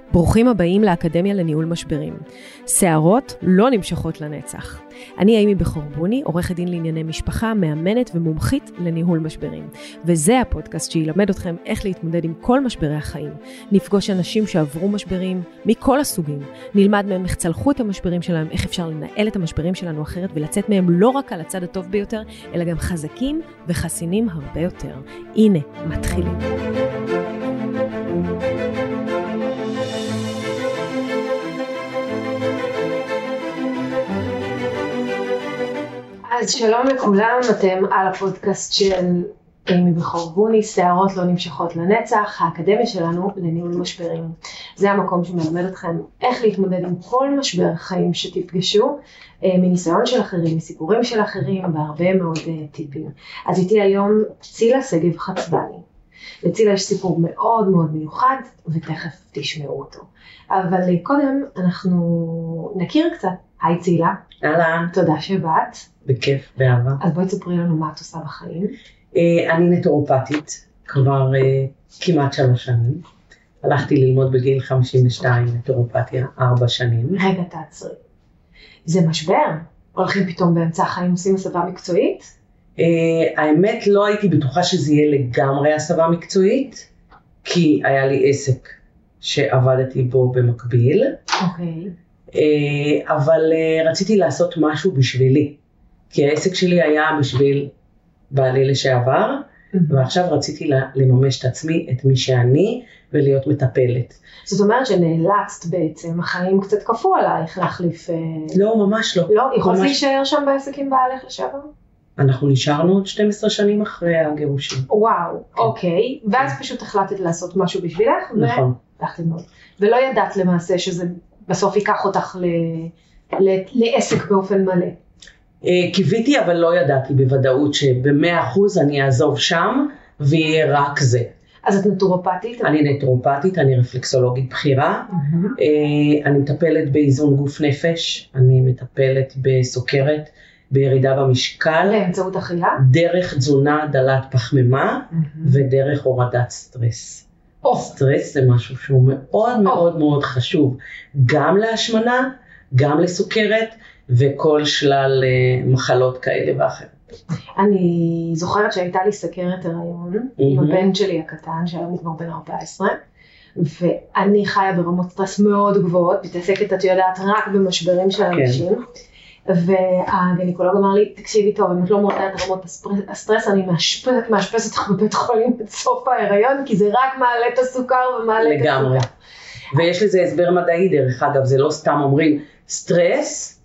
ברוכים הבאים לאקדמיה לניהול משברים. שערות לא נמשכות לנצח. אני אימי בחורבוני, עורכת דין לענייני משפחה, מאמנת ומומחית לניהול משברים. וזה הפודקאסט שילמד אתכם איך להתמודד עם כל משברי החיים. נפגוש אנשים שעברו משברים מכל הסוגים. נלמד מהם איך צלחו את המשברים שלהם, איך אפשר לנהל את המשברים שלנו אחרת ולצאת מהם לא רק על הצד הטוב ביותר, אלא גם חזקים וחסינים הרבה יותר. הנה, מתחילים. אז שלום לכולם, אתם על הפודקאסט של אימי בחורבוני, שערות לא נמשכות לנצח, האקדמיה שלנו לניהול משברים. זה המקום שמלמד אתכם איך להתמודד עם כל משבר חיים שתפגשו, מניסיון של אחרים, מסיפורים של אחרים, בהרבה מאוד טיפים. אז איתי היום צילה שגב חצבני. לצילה יש סיפור מאוד מאוד מיוחד, ותכף תשמעו אותו. אבל קודם אנחנו נכיר קצת. היי צילה. אהלן. תודה שבאת. בכיף, באהבה. אז בואי תספרי לנו מה את עושה בחיים. אני נטורופטית, כבר כמעט 3 שנים. הלכתי ללמוד בגיל 52 נטורופטיה, 4 שנים. רגע, תעצרי. זה משבר? הולכים פתאום באמצע החיים עושים הסבה מקצועית? האמת לא הייתי בטוחה שזה יהיה לגמרי הסבה מקצועית, כי היה לי עסק שעבדתי בו במקביל. אוקיי. אבל רציתי לעשות משהו בשבילי, כי העסק שלי היה בשביל בעלי לשעבר, ועכשיו רציתי לממש את עצמי, את מי שאני, ולהיות מטפלת. זאת אומרת שנאלצת בעצם, החיים קצת כפו עלייך להחליף... לא, ממש לא. לא? יכולת להישאר שם בעסק עם בעלך לשעבר? אנחנו נשארנו עוד 12 שנים אחרי הגירושים. וואו, אוקיי. ואז פשוט החלטת לעשות משהו בשבילך? נכון. ולא ידעת למעשה שזה בסוף ייקח אותך לעסק באופן מלא. קיוויתי, אבל לא ידעתי בוודאות שב100% אני אעזוב שם ויהיה רק זה. אז את נטורופטית? אני נטורופטית, אני רפלקסולוגית בחירה. אני מטפלת באיזון גוף נפש, אני מטפלת בסוכרת, בירידה במשקל. באמצעות אכילה? דרך תזונה דלת פחמימה ודרך הורדת סטרס. סטרס זה משהו שהוא מאוד מאוד מאוד חשוב, גם להשמנה, גם לסוכרת וכל שלל מחלות כאלה ואחרות. אני זוכרת שהייתה לי סוכרת הריון עם הבן שלי הקטן, שהיום הוא כבר בן 14, ואני חיה ברמות סטרס מאוד גבוהות, מתעסקת, את יודעת, רק במשברים של אנשים, והגניקולוג אמר לי, תקשיבי טוב, אם את לא מודעת את רמות הסטרס, אני מאשפזת אותך בבית חולים בסוף ההיריון, כי זה רק מעלה את הסוכר ומעלה את הסוכר. לגמרי. ויש לזה הסבר מדעי דרך אגב, זה לא סתם אומרים סטרס,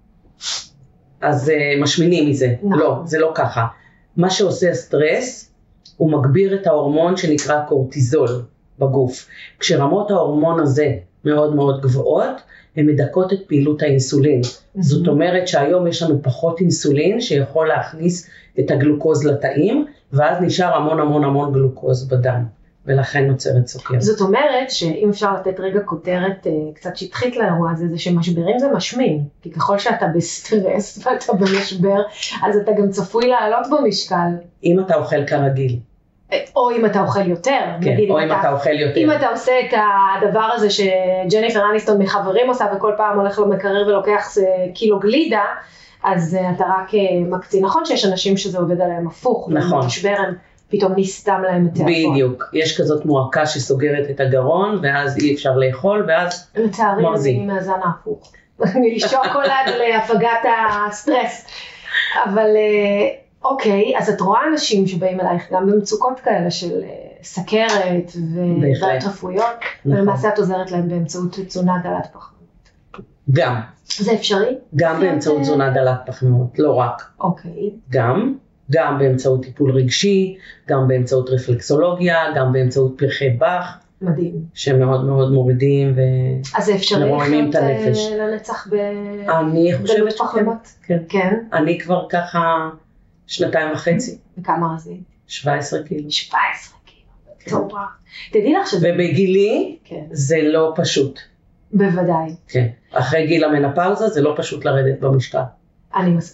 אז משמינים מזה. לא, זה לא ככה. מה שעושה הסטרס, הוא מגביר את ההורמון שנקרא קורטיזול בגוף. כשרמות ההורמון הזה מאוד מאוד גבוהות, הן מדכאות את פעילות האינסולין. זאת אומרת שהיום יש לנו פחות אינסולין שיכול להכניס את הגלוקוז לתאים, ואז נשאר המון המון המון גלוקוז בדם, ולכן נוצרת סוכרת. זאת אומרת שאם אפשר לתת רגע כותרת קצת שטחית לאירוע הזה, זה שמשברים זה משמין, כי ככל שאתה בסטרס ואתה במשבר, אז אתה גם צפוי לעלות במשקל. אם אתה אוכל כרגיל. או אם אתה אוכל יותר. כן, נגיד, או אם אתה אוכל יותר. אם אתה עושה את הדבר הזה שג'ניפר אניסטון מחברים עושה, וכל פעם הולך למקרר ולוקח קילו גלידה, אז אתה רק מקצין. נכון שיש אנשים שזה עובד עליהם הפוך. נכון. במשבר הם פתאום נסתם להם את התיאבון. בדיוק. יש כזאת מועקה שסוגרת את הגרון, ואז אי אפשר לאכול, ואז לצערי אני מאזן ההפוך. אני שוקולד להפגת הסטרס. אבל... אוקיי, אז את רואה אנשים שבאים אלייך גם במצוקות כאלה של סכרת ובעיות רפואיות, ולמעשה את עוזרת להם באמצעות תזונה דלת פחמימות. גם. זה אפשרי? גם באמצעות תזונה דלת פחמימות, לא רק. אוקיי. גם באמצעות טיפול רגשי, גם באמצעות רפלקסולוגיה, גם באמצעות פרחי באך. מדהים. שמאוד מאוד מורידים אז זה אפשרי לחיות לנצח בדלת פחמימות? כן. אני כבר ככה... 2.5 שנתיים. וכמה רזית? 17 קילו. 17 קילו. טוב. תדעי לך שזה... ובגילי זה לא פשוט. בוודאי. כן. אחרי גיל המנופאוזה זה לא פשוט לרדת במשקל. אני מסכימה.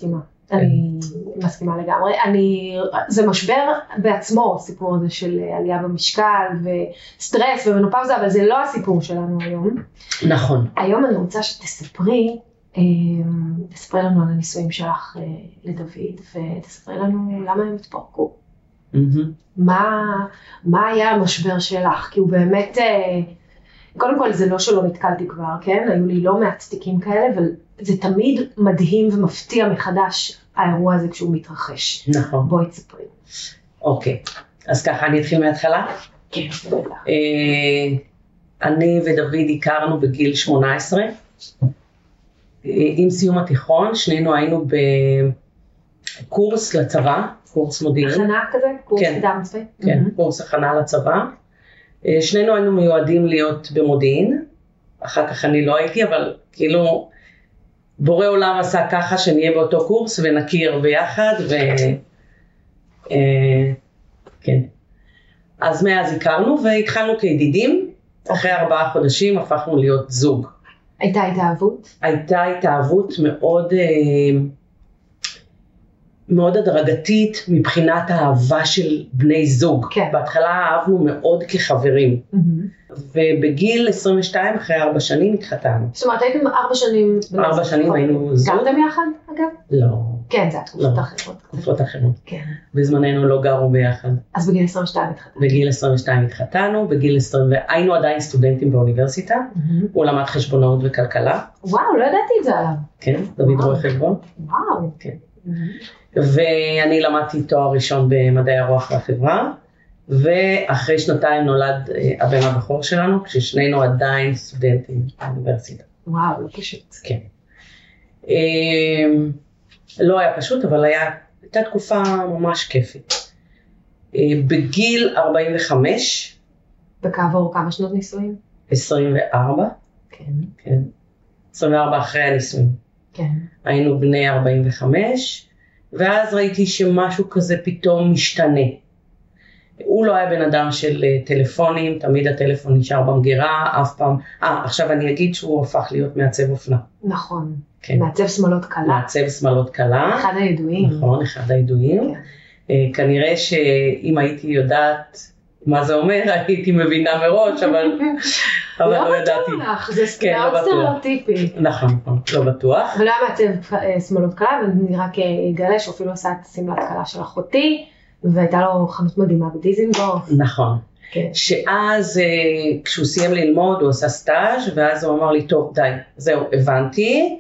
אני מסכימה לגמרי. זה משבר בעצמו, הסיפור הזה של עלייה במשקל וסטרס ומנופאוזה, אבל זה לא הסיפור שלנו היום. נכון. היום אני רוצה שתספרי לנו על הניסויים שלך לדוד, ותספרי לנו למה הם התפרקו. מה היה המשבר שלך? כי הוא באמת, קודם כל זה לא שלא נתקלתי כבר, כן? היו לי לא מעט תיקים כאלה, אבל זה תמיד מדהים ומפתיע מחדש האירוע הזה כשהוא מתרחש. נכון. בואי תספרי. אוקיי, אז ככה אני אתחיל מההתחלה? כן, בטח. אני ודוד הכרנו בגיל 18. עם סיום התיכון, שנינו היינו בקורס לצבא, קורס מודיעין. הכנה כזה? קורס קדם צבאי? כן, קורס הכנה לצבא. שנינו היינו מיועדים להיות במודיעין, אחר כך אני לא הייתי, אבל כאילו בורא עולם עשה ככה שנהיה באותו קורס ונכיר ביחד, כן. אז מאז הכרנו והתחלנו כידידים, אחרי 4 חודשים הפכנו להיות זוג. הייתה התאהבות? הייתה התאהבות מאוד, מאוד הדרגתית מבחינת האהבה של בני זוג. כן. בהתחלה אהבנו מאוד כחברים. ובגיל 22, אחרי 4 שנים, התחתנו. זאת אומרת, הייתם 4 שנים... 4 שנים היינו זוג. גרתם יחד, אגב? לא. כן, זה התקופות אחרות. תקופות אחרות. כן. בזמננו לא גרו ביחד. אז בגיל 22 התחתנו. בגיל 22 התחתנו, בגיל 20... היינו עדיין סטודנטים באוניברסיטה, הוא למד חשבונאות וכלכלה. וואו, לא ידעתי את זה עליו. כן, דוד רואה חשבון. וואו. כן. ואני למדתי תואר ראשון במדעי הרוח והחברה, ואחרי 2 נולד הבן הבכור שלנו, כששנינו עדיין סטודנטים באוניברסיטה. וואו, לא פשוט. כן. לא היה פשוט, אבל הייתה תקופה ממש כיפית. בגיל 45. וכעבור כמה שנות נישואים? 24. כן. כן. 24 אחרי הנישואים. כן. היינו בני 45, ואז ראיתי שמשהו כזה פתאום משתנה. הוא לא היה בן אדם של טלפונים, תמיד הטלפון נשאר במגירה, אף פעם. עכשיו אני אגיד שהוא הפך להיות מעצב אופנה. נכון. כן. מעצב שמלות קלה. מעצב שמלות קלה. אחד הידועים. נכון, אחד הידועים. כן. כנראה שאם הייתי יודעת מה זה אומר, הייתי מבינה מראש, אבל לא ידעתי. לא בטוח, זה מאוד סטריאוטיפי. נכון, לא בטוח. אבל לא היה מעצב שמלות קלה, ואני רק אגלה שהוא אפילו עשה את שמלת קלה של אחותי, והייתה לו חנות מדהימה בדיזינגוף. נכון. כן. שאז כשהוא סיים ללמוד, הוא עשה סטאז' ואז הוא אמר לי, טוב, די, זהו, הבנתי.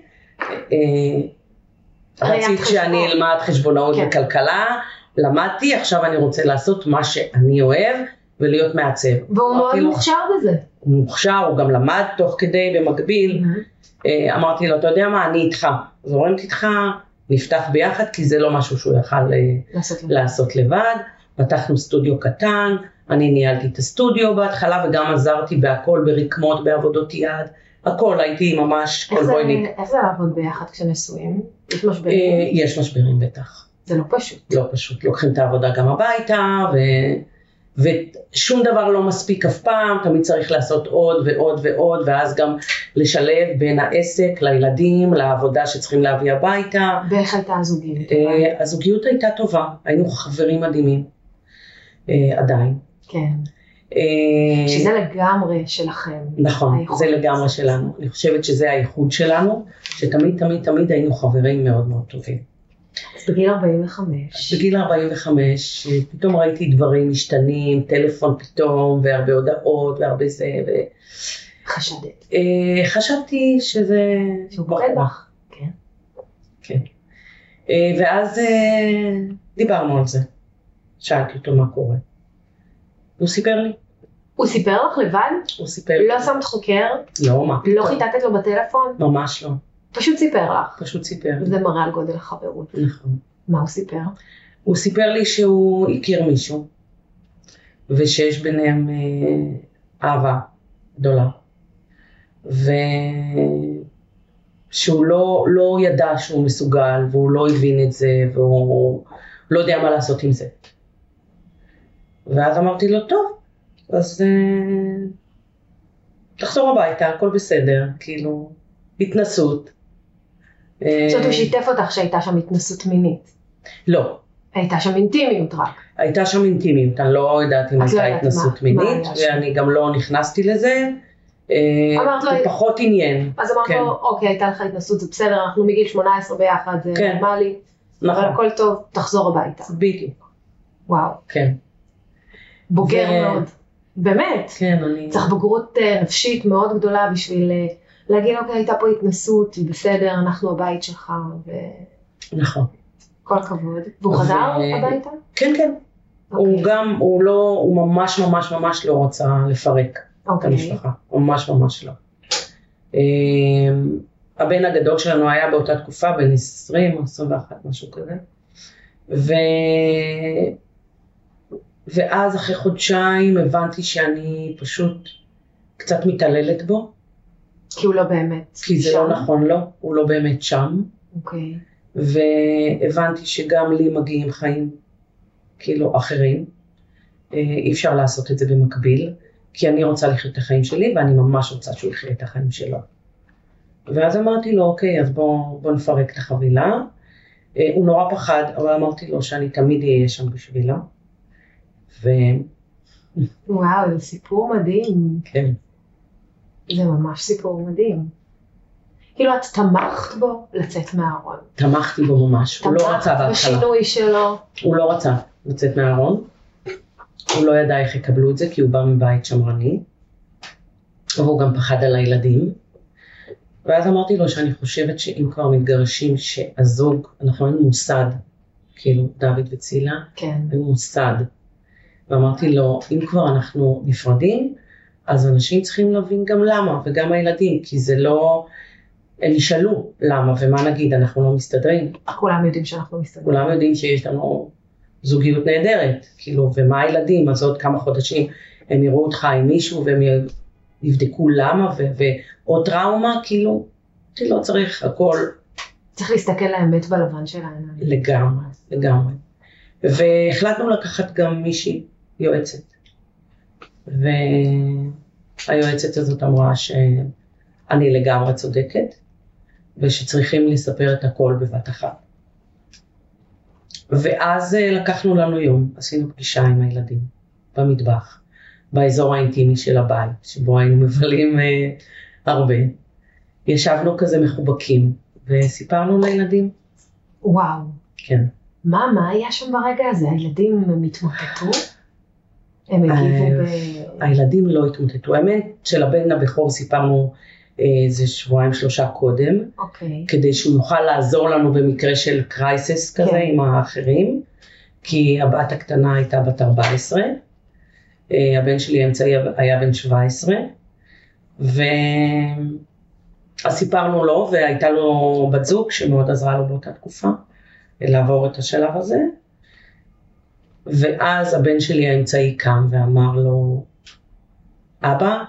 רציתי שאני אלמד חשבונאות וכלכלה, למדתי, עכשיו אני רוצה לעשות מה שאני אוהב, ולהיות מעצב. והוא מאוד מוכשר בזה. הוא מוכשר, הוא גם למד תוך כדי במקביל. אמרתי לו, אתה יודע מה, אני איתך. זורמת איתך, נפתח ביחד, כי זה לא משהו שהוא יכל לעשות לבד. פתחנו סטודיו קטן, אני ניהלתי את הסטודיו בהתחלה, וגם עזרתי בהכל, ברקמות, בעבודות יד. הכל, הייתי ממש קולבויניק. איך זה לעבוד ביחד כשנשואים? יש משברים? יש משברים בטח. זה לא פשוט. לא פשוט, לוקחים את העבודה גם הביתה, ושום דבר לא מספיק אף פעם, תמיד צריך לעשות עוד ועוד ועוד, ואז גם לשלב בין העסק לילדים, לעבודה שצריכים להביא הביתה. ואיך הייתה הזוגיות? הזוגיות הייתה טובה, היינו חברים מדהימים, עדיין. כן. שזה לגמרי שלכם. נכון, זה לגמרי שלנו. אני חושבת שזה הייחוד שלנו, שתמיד תמיד תמיד היינו חברים מאוד מאוד טובים. אז בגיל 45. בגיל 45, פתאום ראיתי דברים משתנים, טלפון פתאום, והרבה הודעות, והרבה זה, חשדת? חשבתי שזה... שהוא בוחד בך. כן. כן. ואז דיברנו על זה. שאלתי אותו מה קורה. הוא סיפר לי. הוא סיפר לך לבד? הוא סיפר לי. לא שמת חוקר? לא, מה? לא חיטטת לו בטלפון? ממש לא. פשוט סיפר לך. פשוט סיפר. זה מראה על גודל החברות. נכון. מה הוא סיפר? הוא סיפר לי שהוא הכיר מישהו, ושיש ביניהם אהבה גדולה, ושהוא לא ידע שהוא מסוגל, והוא לא הבין את זה, והוא לא יודע מה לעשות עם זה. ואז אמרתי לו, טוב, אז תחזור הביתה, הכל בסדר, כאילו, התנסות. זאת הוא שיתף אותך שהייתה שם התנסות מינית? לא. הייתה שם אינטימיות רק? הייתה שם אינטימיות, אני לא יודעת אם הייתה התנסות מינית, ואני גם לא נכנסתי לזה. זה פחות עניין. אז אמרת לו, אוקיי, הייתה לך התנסות, זה בסדר, אנחנו מגיל 18 ביחד, זה נורמלי, אבל הכל טוב, תחזור הביתה. בדיוק. וואו. כן. בוגר מאוד. באמת. כן, אני... צריך בגרות נפשית מאוד גדולה בשביל להגיד, אוקיי, הייתה פה התנסות, היא בסדר, אנחנו הבית שלך, נכון. כל הכבוד. והוא חזר הביתה? כן, כן. הוא ממש ממש ממש לא רצה לפרק את המשפחה. ממש ממש לא. הבן הגדול שלנו היה באותה תקופה, בין 20 או 21, משהו כזה. ואז אחרי חודשיים הבנתי שאני פשוט קצת מתעללת בו. כי הוא לא באמת כי זה לא נכון לו, הוא לא באמת שם. אוקיי. והבנתי שגם לי מגיעים חיים כאילו אחרים. אי אפשר לעשות את זה במקביל, כי אני רוצה לחיות את החיים שלי, ואני ממש רוצה שהוא יחיה את החיים שלו. ואז אמרתי לו, אוקיי, אז בוא נפרק את החבילה. הוא נורא פחד, אבל אמרתי לו שאני תמיד אהיה שם בשבילו. וואו, זה סיפור מדהים. כן. זה ממש סיפור מדהים. כאילו את תמכת בו לצאת מהארון. תמכתי בו ממש, הוא לא רצה בהתחלה. בשינוי שלו. הוא לא רצה לצאת מהארון. הוא לא ידע איך יקבלו את זה, כי הוא בא מבית שמרני. והוא גם פחד על הילדים. ואז אמרתי לו שאני חושבת שאם כבר מתגרשים שהזוג, אנחנו היינו מוסד, כאילו דוד וצילה, כן. היינו מוסד. ואמרתי לו, אם כבר אנחנו נפרדים, אז אנשים צריכים להבין גם למה, וגם הילדים, כי זה לא, הם ישאלו למה, ומה נגיד, אנחנו לא מסתדרים. כולם יודעים שאנחנו מסתדרים. כולם יודעים שיש לנו זוגיות נהדרת, כאילו, ומה הילדים, אז עוד כמה חודשים הם יראו אותך עם מישהו, והם יבדקו למה, או טראומה, כאילו, לא צריך הכל. צריך להסתכל לאמת בלבן שלנו. לגמרי, לגמרי. והחלטנו לקחת גם מישהי, יועצת. והיועצת הזאת אמרה שאני לגמרי צודקת, ושצריכים לספר את הכל בבת אחת. ואז לקחנו לנו יום, עשינו פגישה עם הילדים, במטבח, באזור האינטימי של הבית, שבו היינו מבלים הרבה. ישבנו כזה מחובקים, וסיפרנו לילדים. וואו. כן. מה היה שם ברגע הזה? הילדים התמוטטו? הם הגיבו הילדים לא התמוטטו. האמת של הבן הבכור סיפרנו איזה 2-3 קודם, כדי שהוא יוכל לעזור לנו במקרה של קרייסס כזה עם האחרים, כי הבת הקטנה הייתה בת 14, הבן שלי האמצעי היה בן 17, אז סיפרנו לו, והייתה לו בת זוג שמאוד עזרה לו באותה תקופה, לעבור את השלב הזה, ואז הבן שלי האמצעי קם ואמר לו, אבא,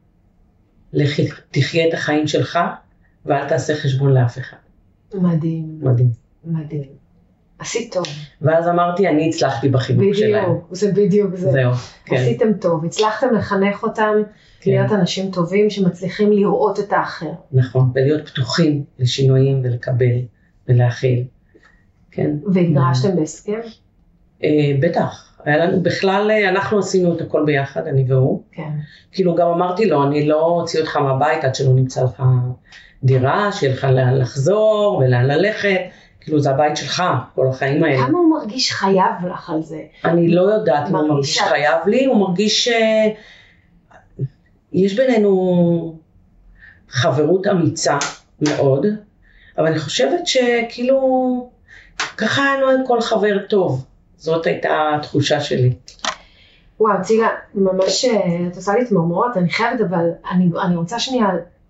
תחיה את החיים שלך, ואל תעשה חשבון לאף אחד. מדהים. מדהים. מדהים. עשית טוב. ואז אמרתי, אני הצלחתי בחינוך שלהם. בדיוק, זה בדיוק זה. זהו, כן. עשיתם טוב, הצלחתם לחנך אותם, להיות אנשים טובים שמצליחים לראות את האחר. נכון, ולהיות פתוחים לשינויים ולקבל ולהכיל. כן. והתגרשתם בהסכם? בטח. היה לנו בכלל, אנחנו עשינו את הכל ביחד, אני והוא. כן. כאילו גם אמרתי לו, אני לא הוציא אותך מהבית עד שלא נמצא לך דירה, שיהיה לך לאן לחזור ולאן ללכת. כאילו זה הבית שלך, כל החיים האלה. כמה הוא מרגיש חייב לך על זה? אני לא יודעת אם הוא מרגיש חייב לי, הוא מרגיש יש בינינו חברות אמיצה מאוד, אבל אני חושבת שכאילו ככה היה כל חבר טוב. זאת הייתה התחושה שלי. וואו, צילה, ממש, את עושה לי תמרמורות, אני חייבת, אבל אני רוצה שנייה,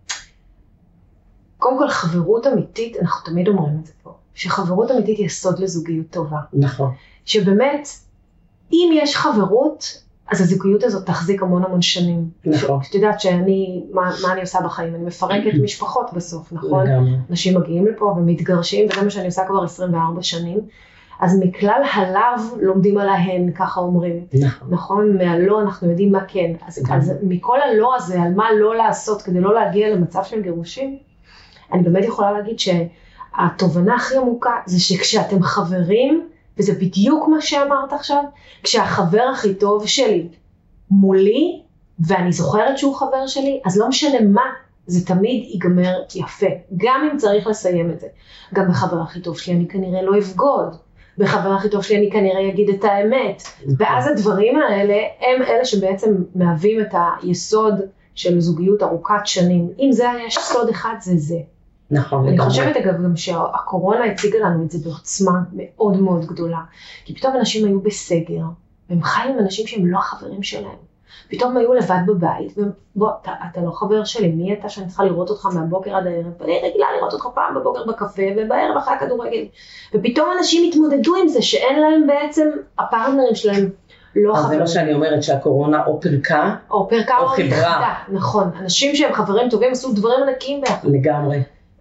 קודם כל חברות אמיתית, אנחנו תמיד אומרים את זה פה, שחברות אמיתית היא יסוד לזוגיות טובה. נכון. שבאמת, אם יש חברות, אז הזוגיות הזאת תחזיק המון המון שנים. נכון. שאת יודעת מה אני עושה בחיים, אני מפרקת משפחות בסוף, נכון? לגמרי. אנשים מגיעים לפה ומתגרשים, וזה מה שאני עושה כבר 24 שנים. אז מכלל הלאו לומדים על ההן, ככה אומרים. נכון? מהלא אנחנו יודעים מה כן. אז מכל הלא הזה, על מה לא לעשות כדי לא להגיע למצב של גירושים, אני באמת יכולה להגיד התובנה הכי עמוקה זה שכשאתם חברים, וזה בדיוק מה שאמרת עכשיו, כשהחבר הכי טוב שלי מולי, ואני זוכרת שהוא חבר שלי, אז לא משנה מה, זה תמיד ייגמר יפה, גם אם צריך לסיים את זה. גם בחבר הכי טוב שלי אני כנראה לא אבגוד, בחבר הכי טוב שלי אני כנראה אגיד את האמת, ואז הדברים האלה הם אלה שבעצם מהווים את היסוד של זוגיות ארוכת שנים. אם זה יש סוד אחד, זה זה. נכון. אני חושבת אגב גם שהקורונה הציגה לנו את זה בעוצמה מאוד מאוד גדולה, כי פתאום אנשים היו בסגר, והם חיים עם אנשים שהם לא החברים שלהם. פתאום היו לבד בבית, ובוא, אתה לא חבר שלי, מי אתה שאני צריכה לראות אותך מהבוקר עד הערב? אני רגילה לראות אותך פעם בבוקר בקפה, ובערב אחרי הכדורגל. ופתאום אנשים התמודדו עם זה, שאין להם בעצם, הפרטנרים שלהם לא חברים. אז זה מה שאני אומרת, שהקורונה או פירקה, או חיברה. נכון, אנשים שהם חברים טובים עשו דברים ענקיים ביחד. לגמרי.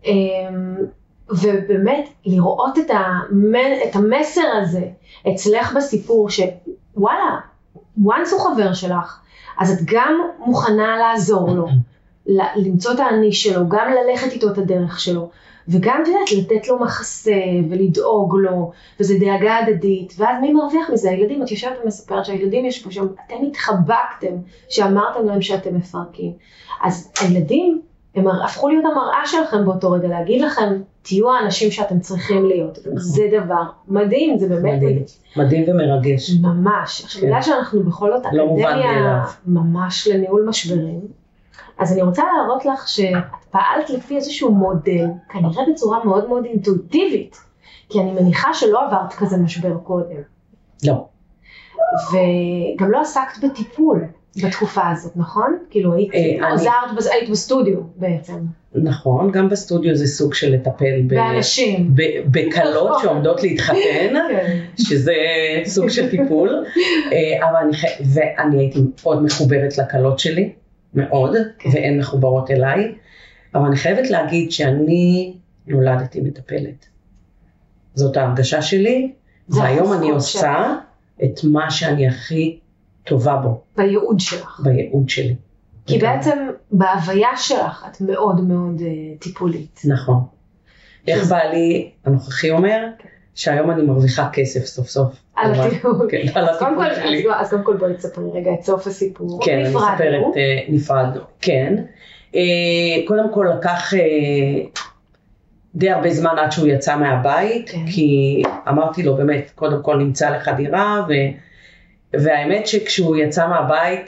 ובאמת לראות את המסר הזה אצלך בסיפור שוואלה, once הוא חבר שלך, אז את גם מוכנה לעזור לו, למצוא את העני שלו, גם ללכת איתו את הדרך שלו, וגם לתת לו מחסה ולדאוג לו, וזה דאגה הדדית, ואז מי מרוויח מזה? הילדים, את יושבת ומספרת שהילדים יש פה שם, אתם התחבקתם, שאמרתם להם שאתם מפרקים. אז הילדים, הם הפכו להיות המראה שלכם באותו רגע, להגיד לכם, תהיו האנשים שאתם צריכים להיות. זה דבר מדהים, זה באמת מדהים. מדהים ומרגש. ממש. עכשיו, בגלל שאנחנו בכל זאת אקדמיה ממש לניהול משברים, אז אני רוצה להראות לך שאת פעלת לפי איזשהו מודל, כנראה בצורה מאוד מאוד אינטואיטיבית, כי אני מניחה שלא עברת כזה משבר קודם. לא. וגם לא עסקת בטיפול. בתקופה הזאת, נכון? כאילו היית בסטודיו בעצם. נכון, גם בסטודיו זה סוג של לטפל באנשים. בקלות שעומדות להתחתן, שזה סוג של טיפול, ואני הייתי מאוד מחוברת לקלות שלי, מאוד, והן מחוברות אליי, אבל אני חייבת להגיד שאני נולדתי מטפלת. זאת ההרגשה שלי, והיום אני עושה את מה שאני הכי טובה בו. בייעוד שלך. בייעוד שלי. כי בעצם בהוויה שלך את מאוד מאוד טיפולית. נכון. איך בעלי הנוכחי אומר? שהיום אני מרוויחה כסף סוף סוף. על הטיפול. כן, על הטיפול שלי. אז קודם כל בואי תספרי רגע את סוף הסיפור. כן, אני מספרת נפרדנו. כן. קודם כל לקח די הרבה זמן עד שהוא יצא מהבית, כי אמרתי לו באמת, קודם כל נמצא לך דירה, והאמת שכשהוא יצא מהבית,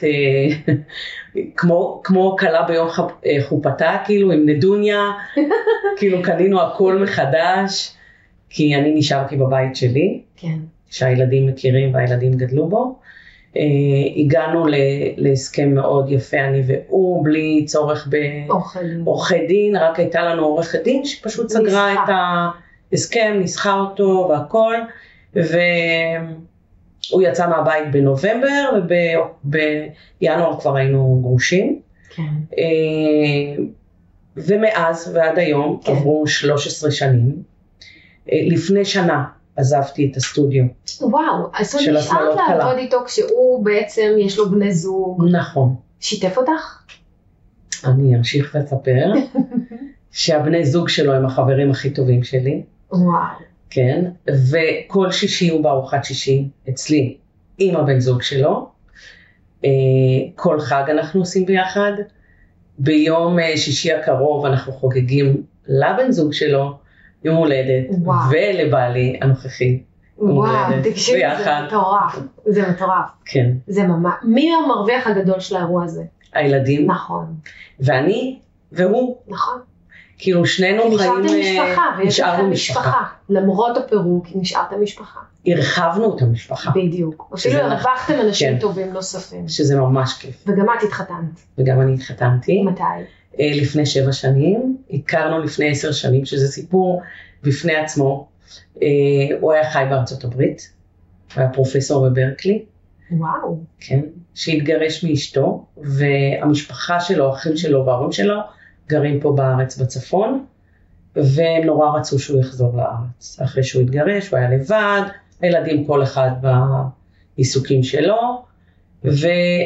כמו קלה ביום חופתה, כאילו עם נדוניה, כאילו קנינו הכל מחדש, כי אני נשארתי בבית שלי, שהילדים מכירים והילדים גדלו בו. הגענו להסכם מאוד יפה, אני והוא, בלי צורך בעורכי דין, רק הייתה לנו עורכת דין שפשוט סגרה את ההסכם, ניסחה אותו והכל, הוא יצא מהבית בנובמבר, ובינואר כבר היינו גרושים. כן. ומאז ועד היום עברו 13 שנים. לפני שנה עזבתי את הסטודיו. וואו, אז הוא נשארת לעבוד איתו כשהוא בעצם יש לו בני זוג. נכון. שיתף אותך? אני אמשיך לספר שהבני זוג שלו הם החברים הכי טובים שלי. וואו. כן, וכל שישי הוא בארוחת שישי אצלי עם הבן זוג שלו. כל חג אנחנו עושים ביחד. ביום שישי הקרוב אנחנו חוגגים לבן זוג שלו יום הולדת, ולבעלי הנוכחי יום הולדת. תקשיב, זה מטורף. זה מטורף. כן. זה ממש. מי המרוויח הגדול של האירוע הזה? הילדים. נכון. ואני והוא. נכון. כאילו שנינו חיים, נשארתם משפחה, ויש לכם משפחה, למרות הפירוק, נשארתם משפחה. הרחבנו את המשפחה. בדיוק, אפילו הרווחתם אנשים טובים נוספים. שזה ממש כיף. וגם את התחתנת. וגם אני התחתנתי. מתי? לפני 7 שנים, הכרנו לפני 10 שנים, שזה סיפור בפני עצמו. הוא היה חי בארצות הברית, הוא היה פרופסור בברקלי. וואו. כן, שהתגרש מאשתו, והמשפחה שלו, האחים שלו וההורים שלו, גרים פה בארץ בצפון, והם נורא רצו שהוא יחזור לארץ. אחרי שהוא התגרש, הוא היה לבד, הילדים כל אחד בעיסוקים שלו,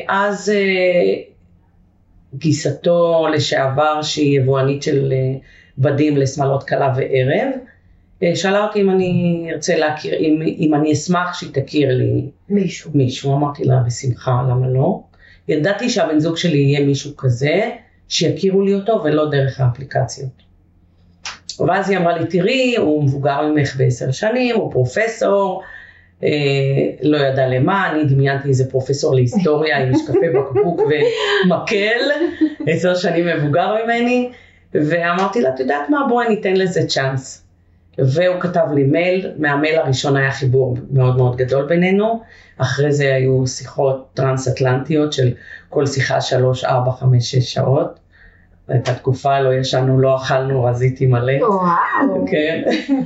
ואז גיסתו לשעבר, שהיא יבואנית של בדים לשמלות קלה וערב, שאלה אותי אם אני ארצה להכיר, אם אני אשמח שהיא תכיר לי מישהו. אמרתי לה בשמחה, למה לא? ידעתי שהבן זוג שלי יהיה מישהו כזה, שיכירו לי אותו ולא דרך האפליקציות. ואז היא אמרה לי, תראי, הוא מבוגר ממך ב10 שנים, הוא פרופסור, לא ידע למה, אני דמיינתי איזה פרופסור להיסטוריה עם משקפי בקבוק ומקל, 10 שנים מבוגר ממני, ואמרתי לה, את יודעת מה, בואי ניתן לזה צ'אנס. והוא כתב לי מייל, מהמייל הראשון היה חיבור מאוד מאוד גדול בינינו, אחרי זה היו שיחות טרנס-אטלנטיות של כל שיחה 3, 4, 5, 6 שעות. את התקופה לא ישנו, לא אכלנו, רזיתי מלא. וואו. כן.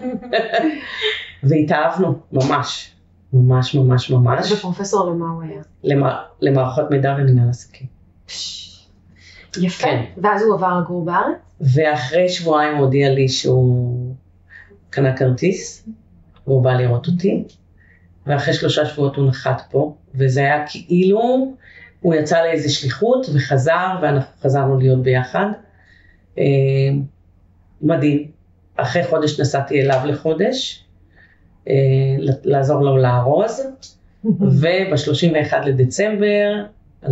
והתאהבנו, ממש, ממש, ממש, ממש. ופרופסור למה הוא היה? למערכות מידע ומנהל עסקים. יפה. כן. ואז הוא עבר לגור בארץ? ואחרי שבועיים הוא הודיע לי שהוא קנה כרטיס, והוא בא לראות אותי, ואחרי 3 שבועות הוא נחת פה, וזה היה כאילו הוא יצא לאיזו שליחות וחזר, ואנחנו חזרנו להיות ביחד. מדהים. אחרי חודש נסעתי אליו לחודש, לעזור לו לארוז, וב-31 לדצמבר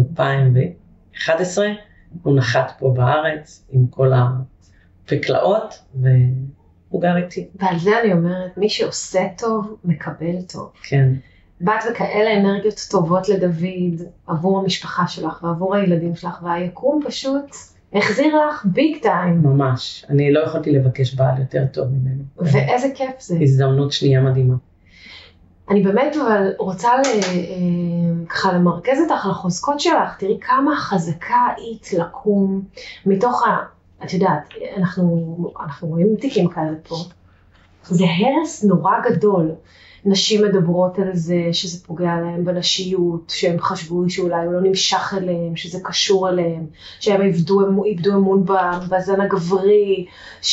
2011, הוא נחת פה בארץ עם כל הפקלאות, והוא גר איתי. ועל זה אני אומרת, מי שעושה טוב, מקבל טוב. כן. באת וכאלה אנרגיות טובות לדוד, עבור המשפחה שלך ועבור הילדים שלך, והיקום פשוט החזיר לך ביג טיים. ממש. אני לא יכולתי לבקש בעל יותר טוב ממנו. ואיזה כיף זה. הזדמנות שנייה מדהימה. אני באמת אבל רוצה ככה למרכז אותך על החוזקות שלך, תראי כמה חזקה היית לקום מתוך את יודעת, אנחנו רואים תיקים כאלה פה, זה הרס נורא גדול. נשים מדברות על זה שזה פוגע להם בנשיות, שהם חשבו שאולי הוא לא נמשך אליהם, שזה קשור אליהם, שהם איבדו אמון בזן הגברי,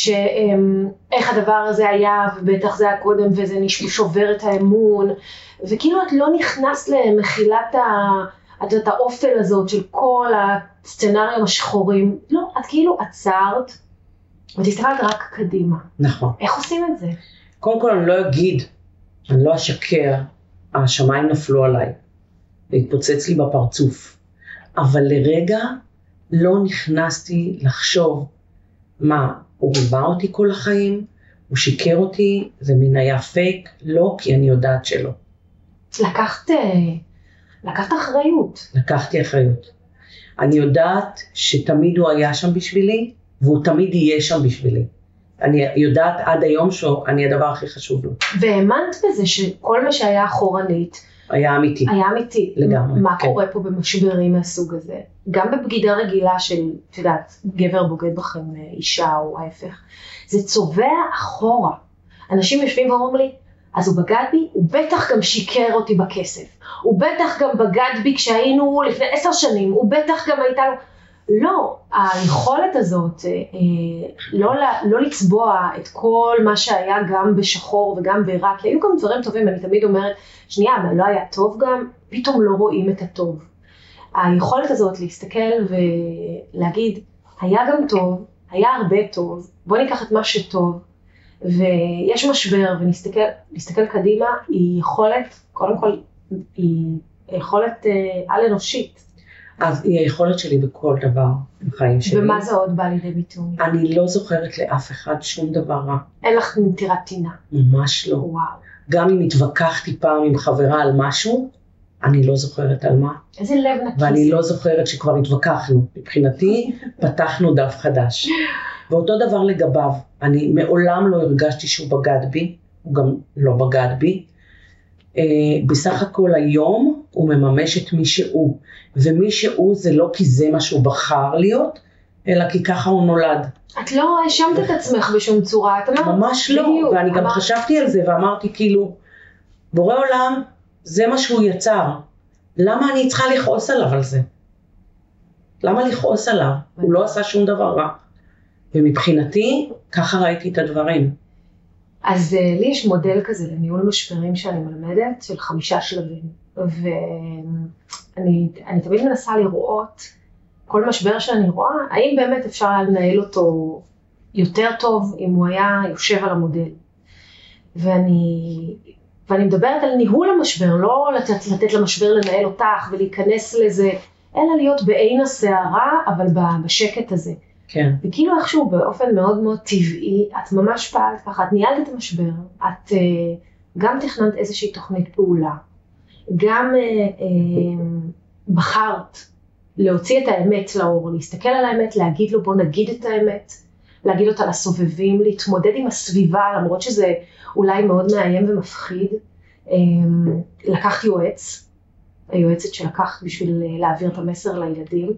איך הדבר הזה היה, ובטח זה היה קודם, וזה שובר את האמון, וכאילו את לא נכנסת למחילת האופל הזאת של כל הסצנריום השחורים, לא, את כאילו עצרת, ותסתכלת רק קדימה. נכון. איך עושים את זה? קודם כל אני לא אגיד, אני לא אשקר, השמיים נפלו עליי, והתפוצץ לי בפרצוף, אבל לרגע לא נכנסתי לחשוב מה, הוא ריבה אותי כל החיים, הוא שיקר אותי, זה מין היה פייק, לא, כי אני יודעת שלא. לקחת אחריות. לקחתי אחריות. אני יודעת שתמיד הוא היה שם בשבילי, והוא תמיד יהיה שם בשבילי. אני יודעת עד היום שאני הדבר הכי חשוב לו. והאמנת בזה שכל מה שהיה אחורנית, היה אמיתי. היה אמיתי. לגמרי. מה קורה פה במשברים מהסוג הזה? גם בבגידה רגילה של, את יודעת, גבר בוגד בכם אישה או ההפך. זה צובע אחורה. אנשים יושבים ואומרים לי, אז הוא בגד בי, הוא בטח גם שיקר אותי בכסף. הוא בטח גם בגד בי כשהיינו לפני 10 שנים, הוא בטח גם הייתה לו... לא, היכולת הזאת, לא לצבוע את כל מה שהיה גם בשחור וגם ברע, כי היו גם דברים טובים, אני תמיד אומרת, שנייה, אבל לא היה טוב גם, פתאום לא רואים את הטוב. היכולת הזאת להסתכל ולהגיד, היה גם טוב, היה הרבה טוב, בוא ניקח את מה שטוב, ויש משבר ונסתכל קדימה, היא יכולת, קודם כל, היא יכולת על-אנושית. אז היא היכולת שלי בכל דבר בחיים שלי. ומה זה עוד בא לידי ביטוי? אני לא זוכרת לאף אחד שום דבר רע. אין לך נטירת טינה? ממש לא. וואו. גם אם התווכחתי פעם עם חברה על משהו, אני לא זוכרת על מה. איזה לב נקי. ואני לא זוכרת שכבר התווכחנו. מבחינתי פתחנו דף חדש. ואותו דבר לגביו, אני מעולם לא הרגשתי שהוא בגד בי, הוא גם לא בגד בי. בסך הכל היום הוא מממש את מי שהוא, ומי שהוא זה לא כי זה מה שהוא בחר להיות, אלא כי ככה הוא נולד. את לא האשמת את עצמך בשום צורה, את אמרת? ממש לא, ואני גם חשבתי על זה ואמרתי כאילו, בורא עולם זה מה שהוא יצר, למה אני צריכה לכעוס עליו על זה? למה לכעוס עליו? הוא לא עשה שום דבר רע. ומבחינתי ככה ראיתי את הדברים. אז לי יש מודל כזה לניהול משברים שאני מלמדת, של 5 שלבים. ואני תמיד מנסה לראות כל משבר שאני רואה, האם באמת אפשר לנהל אותו יותר טוב אם הוא היה יושב על המודל. ואני מדברת על ניהול המשבר, לא לתת למשבר לנהל אותך ולהיכנס לזה, אלא להיות בעין הסערה, אבל בשקט הזה. כן. וכאילו איכשהו באופן מאוד מאוד טבעי, את ממש פעלת ככה, את ניהלת את המשבר, את גם תכננת איזושהי תוכנית פעולה, גם בחרת להוציא את האמת לאור, להסתכל על האמת, להגיד לו בוא נגיד את האמת, להגיד אותה לסובבים, להתמודד עם הסביבה, למרות שזה אולי מאוד מאיים ומפחיד. לקחת יועץ, היועצת שלקחת בשביל להעביר את המסר לילדים,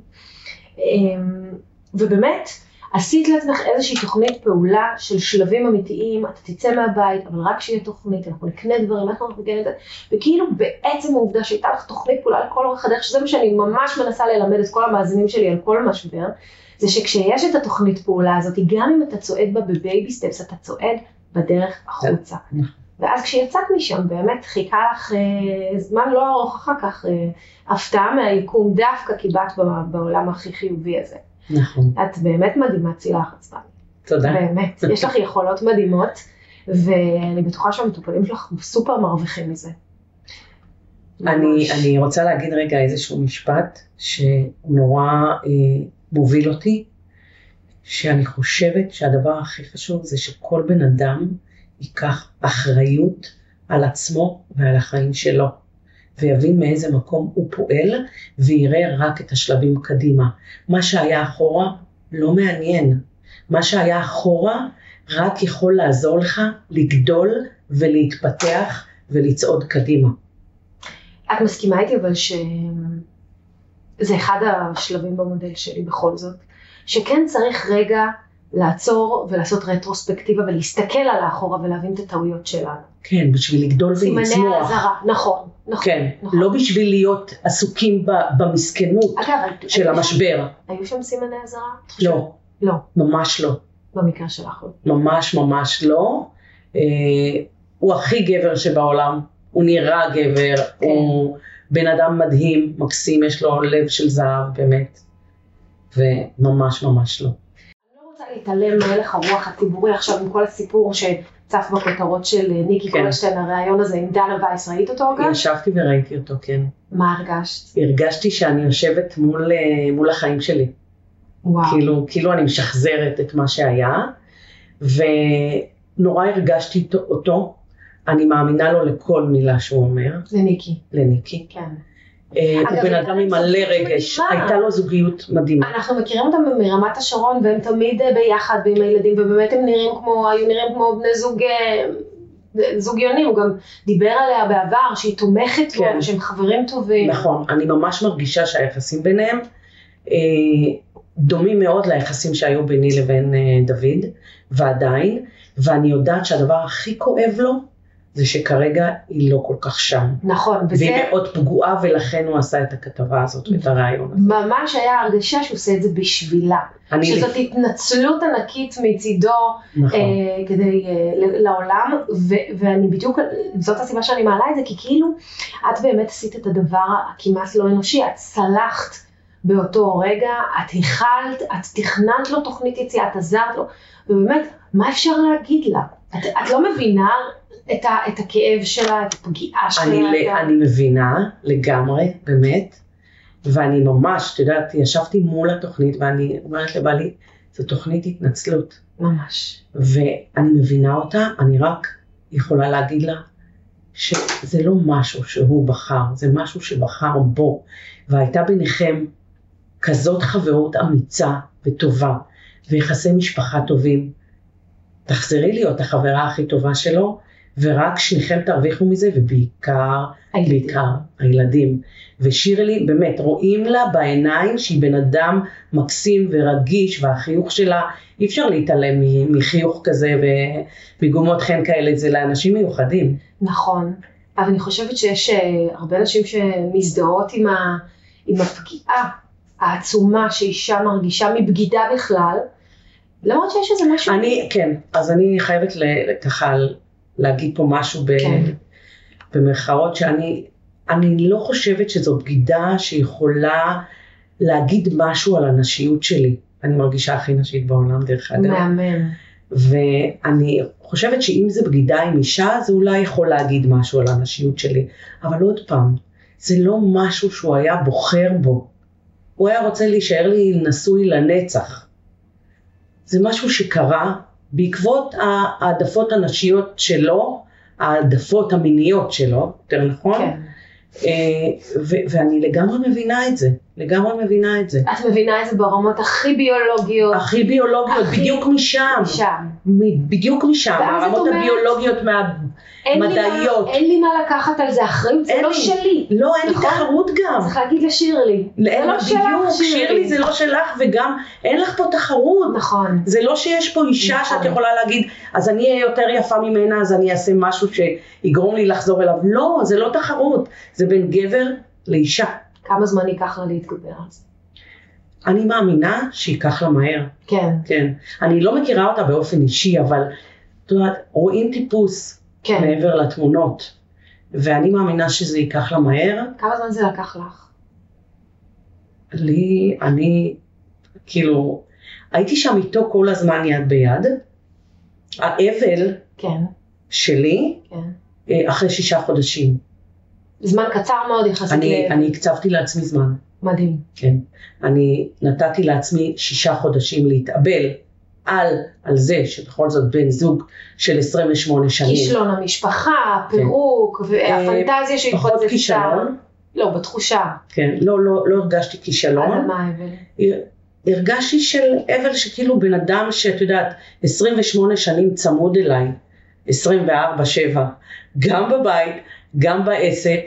ובאמת עשית לעצמך איזושהי תוכנית פעולה של שלבים אמיתיים, אתה תצא מהבית, אבל רק שיהיה תוכנית, אנחנו נקנה דברים, אנחנו נקנה את זה, וכאילו בעצם העובדה שהייתה לך תוכנית פעולה לכל אורך הדרך, שזה מה שאני ממש מנסה ללמד את כל המאזינים שלי על כל משבר, זה שכשיש את התוכנית פעולה הזאת, גם אם אתה צועד בה בבייבי סטפס, אתה צועד בדרך החוצה. ואז כשיצאת משם, באמת חיכה לך זמן לא ארוך אחר כך, הפתעה מהיקום דווקא קיבלת בעולם הכי חיובי הזה. נכון. את באמת מדהימה, צילה חצבן. תודה. באמת, יש לך יכולות מדהימות, ואני בטוחה שהמטופלים שלך סופר מרוויחים מזה. אני רוצה להגיד רגע איזשהו משפט, שנורא מוביל אותי, שאני חושבת שהדבר הכי חשוב זה שכל בן אדם ייקח אחריות על עצמו ועל החיים שלו, ויבין מאיזה מקום הוא פועל, ויראה רק את השלבים קדימה. מה שהיה אחורה לא מעניין. מה שהיה אחורה רק יכול לעזור לך לגדול ולהתפתח ולצעוד קדימה. את מסכימה איתי אבל שזה אחד השלבים במודל שלי בכל זאת, שכן צריך רגע לעצור ולעשות רטרוספקטיבה ולהסתכל על האחורה ולהבין את הטעויות שלנו. כן, בשביל לגדול ולצמוח. סימני הזרה, נכון. כן, נכון. לא בשביל להיות עסוקים במסכנות של המשבר. היו שם סימני הזרה? לא. לא. ממש לא. במקרה שלך. ממש ממש לא. הוא הכי גבר שבעולם, הוא נראה גבר, כן. הוא בן אדם מדהים, מקסים, יש לו לב של זהב באמת, וממש ממש לא. אני לא רוצה להתעלם מהלך הרוח הציבורי עכשיו עם כל הסיפור שצף בכותרות של ניקי כן. קולשטיין, הרעיון הזה עם דנה וייס, ראית אותו אגב? ישבתי וראיתי אותו, כן. מה הרגשת? הרגשתי שאני יושבת מול החיים שלי. וואו. כאילו אני משחזרת את מה שהיה, ונורא הרגשתי אותו, אני מאמינה לו לכל מילה שהוא אומר. לניקי. לניקי. כן. הוא בן אדם עם מלא רגש, הייתה לו זוגיות מדהימה. אנחנו מכירים אותם מרמת השרון, והם תמיד ביחד ועם הילדים, ובאמת הם היו נראים כמו בני זוגיונים, הוא גם דיבר עליה בעבר, שהיא תומכת בו, ושהם חברים טובים. נכון, אני ממש מרגישה שהיחסים ביניהם, דומים מאוד ליחסים שהיו ביני לבין דוד, ועדיין, ואני יודעת שהדבר הכי כואב לו, זה שכרגע היא לא כל כך שם. נכון. והיא מאוד פגועה, ולכן הוא עשה את הכתבה הזאת ואת הרעיון הזה. ממש היה הרגשה שהוא עושה את זה בשבילה. שזאת התנצלות ענקית מצידו, נכון. כדי לעולם, ואני בדיוק, זאת הסיבה שאני מעלה את זה, כי כאילו את באמת עשית את הדבר הכמעט לא אנושי, את צלחת באותו רגע, את הכלת, את תכננת לו תוכנית יציאה, את עזרת לו, ובאמת, מה אפשר להגיד לה? את לא מבינה את הכאב שלה, את הפגיעה שלה. אני מבינה לגמרי, באמת, ואני ממש, את יודעת, ישבתי מול התוכנית, ואני אומרת לבעלי, זו תוכנית התנצלות. ממש. ואני מבינה אותה, אני רק יכולה להגיד לה, שזה לא משהו שהוא בחר, זה משהו שבחר בו, והייתה ביניכם כזאת חברות אמיצה וטובה, ויחסי משפחה טובים. תחזרי להיות החברה הכי טובה שלו, ורק שניכם תרוויחו מזה, ובעיקר הילדים. ושירלי, באמת, רואים לה בעיניים שהיא בן אדם מקסים ורגיש, והחיוך שלה, אי אפשר להתעלם מחיוך כזה, ומגומות חן כאלה, זה לאנשים מיוחדים. נכון, אבל אני חושבת שיש הרבה אנשים שמזדהות עם הפגיעה העצומה שאישה מרגישה מבגידה בכלל, למרות שיש איזה משהו... כן, אז אני חייבת ככה להגיד פה משהו במרכאות, שאני לא חושבת שזו בגידה שיכולה להגיד משהו על הנשיות שלי. אני מרגישה הכי נשית בעולם דרך אגב. מאמן. ואני חושבת שאם זה בגידה עם אישה, זה אולי יכול להגיד משהו על הנשיות שלי. אבל עוד פעם, זה לא משהו שהוא היה בוחר בו. הוא היה רוצה להישאר לי נשוי לנצח. זה משהו שקרה בעקבות העדפות הנשיות שלו, העדפות המיניות שלו, יותר נכון? כן. ואני לגמרי מבינה את זה, לגמרי מבינה את זה. את מבינה את זה ברמות הכי ביולוגיות. הכי ביולוגיות, בדיוק משם. בדיוק משם, הרמות הביולוגיות מהמדעיות. אין לי מה לקחת על זה אחריות, זה לא שלי. לא, אין לי תחרות גם. צריך להגיד לשירלי. זה לא שלך, שירלי זה לא שלך, וגם אין לך פה תחרות. נכון. זה לא שיש פה אישה שאת יכולה להגיד, אז אני אהיה יותר יפה ממנה, אז אני אעשה משהו שיגרום לי לחזור אליו. לא, זה לא תחרות. זה בין גבר לאישה. כמה זמן ייקח לה להתגבר על זה? אני מאמינה שייקח לה מהר. כן. כן. אני לא מכירה אותה באופן אישי, אבל את יודעת, רואים טיפוס כן. מעבר לתמונות. ואני מאמינה שזה ייקח לה מהר. כמה זמן זה לקח לך? אני כאילו, הייתי שם איתו כל הזמן יד ביד. האבל כן. שלי, כן. אחרי 6 חודשים. זמן קצר מאוד יחסית. אני הקצבתי לעצמי זמן. מדהים. כן. אני נתתי לעצמי 6 חודשים להתאבל על זה שבכל זאת בן זוג של 28 שנים. כישלון המשפחה, פירוק, והפנטזיה שהתפוצצה. פחות כישלון. לא, בתחושה. כן, לא הרגשתי כישלון. אז מה האבל? הרגשתי של אבל שכאילו בן אדם שאת יודעת, 28 שנים צמוד אליי, 24/7, גם בבית, גם בעסק,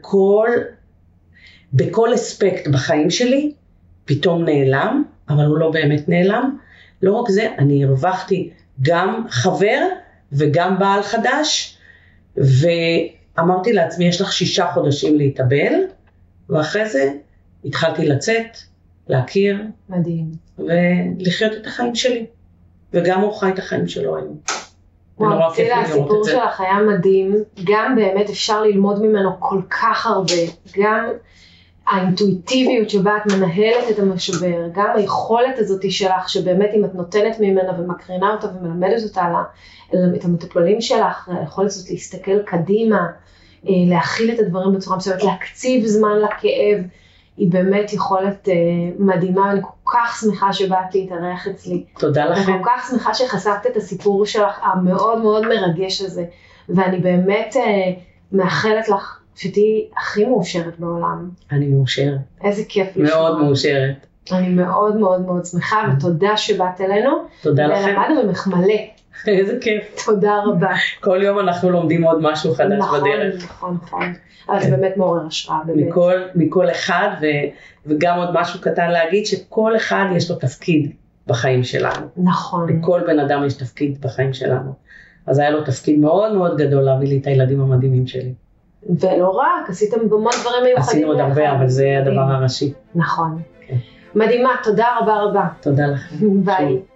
בכל אספקט בחיים שלי, פתאום נעלם, אבל הוא לא באמת נעלם. לא רק זה, אני הרווחתי גם חבר וגם בעל חדש, ואמרתי לעצמי, יש לך 6 חודשים להתאבל, ואחרי זה התחלתי לצאת, להכיר, מדהים. ולחיות את החיים שלי, וגם הוא חי את החיים שלו היום. וואו, צילה, הסיפור שלך היה מדהים, גם באמת אפשר ללמוד ממנו כל כך הרבה, גם האינטואיטיביות שבה את מנהלת את המשבר, גם היכולת הזאת שלך, שבאמת אם את נותנת ממנה ומקרינה אותה ומלמדת אותה את המטופלים שלך, היכולת הזאת להסתכל קדימה, להכיל את הדברים בצורה מסוימת, להקציב זמן לכאב, היא באמת יכולת מדהימה, אני כל כך שמחה שבאת להתארח אצלי. תודה לכם. אני כל כך שמחה שחשפת את הסיפור שלך המאוד מאוד מרגש הזה, ואני באמת מאחלת לך שתהיי הכי מאושרת בעולם. אני מאושרת. איזה כיף לשמוע. מאוד מאושרת. אני מאוד מאוד מאוד שמחה, ותודה שבאת אלינו. תודה לכם. ולמדנו ממך מלא. איזה כיף. תודה רבה. כל יום אנחנו לומדים עוד משהו חדש בדרך. נכון. אבל זה באמת מעורר השראה. מכל אחד, וגם עוד משהו קטן להגיד, שכל אחד יש לו תפקיד בחיים שלנו. נכון. לכל בן אדם יש תפקיד בחיים שלנו. אז היה לו תפקיד מאוד מאוד גדול להביא לי את הילדים המדהימים שלי. ולא רק, עשיתם במון דברים מיוחדים. עשינו עוד הרבה, אבל זה הדבר הראשי. נכון. מדהימה, תודה רבה. תודה לכם. ביי.